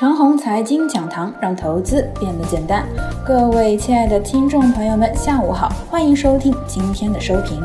长虹财经讲堂，让投资变得简单。各位亲爱的听众朋友们，下午好，欢迎收听今天的收评。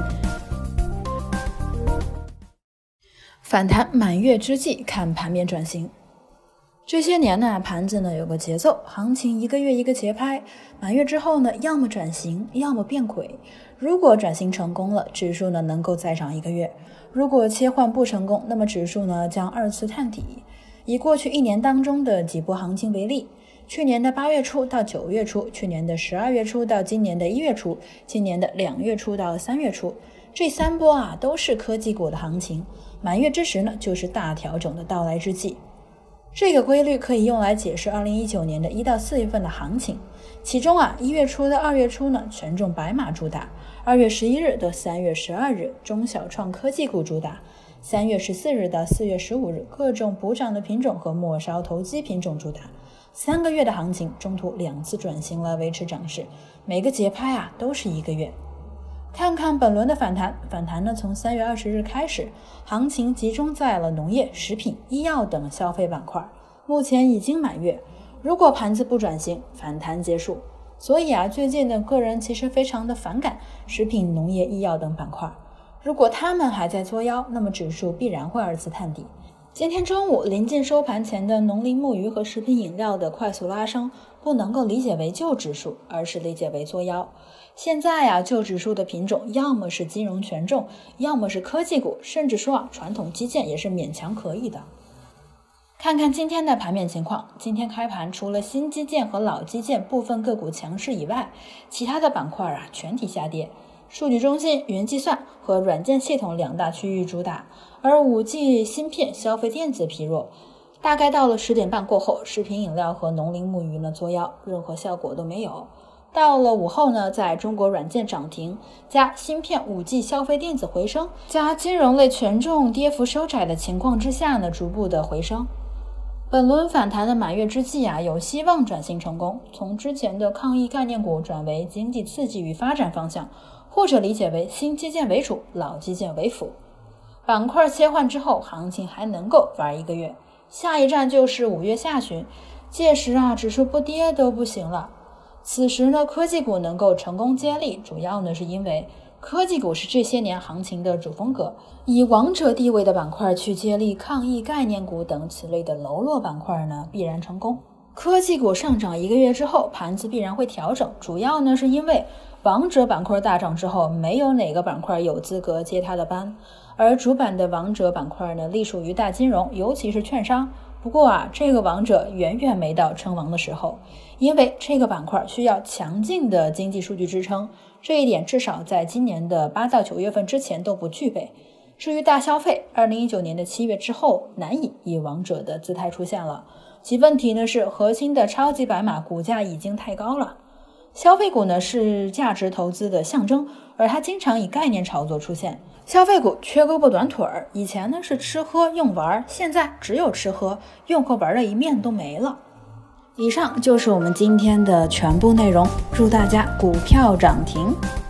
反弹满月之际，看盘面转型。这些年呢，盘子呢有个节奏，行情一个月一个节拍。满月之后呢，要么转型，要么变轨。如果转型成功了，指数呢能够再涨一个月；如果切换不成功，那么指数呢将二次探底。以过去一年当中的几波行情为例，去年的8月初到9月初，去年的12月初到今年的1月初，今年的2月初到3月初，这3波都是科技股的行情。满月之时呢，就是大调整的到来之际。这个规律可以用来解释2019年的1到4月份的行情。其中1月初到2月初呢，权重白马主打；2月11日到3月12日，中小创科技股主打；3月14日到4月15日，各种补涨的品种和末梢投机品种主打。3个月的行情，中途2次转型来维持涨势，每个节拍都是1个月。看看本轮的反弹呢，从3月20日开始，行情集中在了农业、食品、医药等消费板块，目前已经满月。如果盘子不转型，反弹结束。所以最近的个人其实非常的反感食品、农业、医药等板块。如果他们还在作妖，那么指数必然会二次探底。今天中午临近收盘前的农林牧渔和食品饮料的快速拉升，不能够理解为救指数，而是理解为作妖。现在救指数的品种要么是金融权重，要么是科技股，甚至说传统基建也是勉强可以的。看看今天的盘面情况，今天开盘除了新基建和老基建部分个股强势以外，其他的板块全体下跌。数据中心、云计算和软件系统2大区域主打，而 5G 芯片、消费电子疲弱。大概到了10点半过后，食品饮料和农林牧渔作妖，任何效果都没有。到了午后呢，在中国软件涨停加芯片、5G 消费电子回升加金融类权重跌幅收窄的情况之下呢，逐步的回升。本轮反弹的满月之际有希望转型成功，从之前的抗疫概念股转为经济刺激与发展方向，或者理解为新基建为主，老基建为辅。板块切换之后，行情还能够玩1个月，下一站就是5月下旬，届时指数不跌都不行了。此时呢，科技股能够成功接力，主要呢是因为科技股是这些年行情的主风格，以王者地位的板块去接力抗疫概念股等此类的喽啰板块呢，必然成功。科技股上涨1个月之后，盘子必然会调整，主要呢是因为王者板块大涨之后，没有哪个板块有资格接它的班，而主板的王者板块呢，隶属于大金融，尤其是券商。不过这个王者远远没到称王的时候，因为这个板块需要强劲的经济数据支撑，这一点至少在今年的8到9月份之前都不具备。至于大消费，2019年的7月之后难以王者的姿态出现了，其问题呢是核心的超级白马股价已经太高了。消费股呢是价值投资的象征，而它经常以概念炒作出现。消费股缺胳膊短腿儿，以前呢是吃喝用玩，现在只有吃喝，用和玩的一面都没了。以上就是我们今天的全部内容，祝大家股票涨停。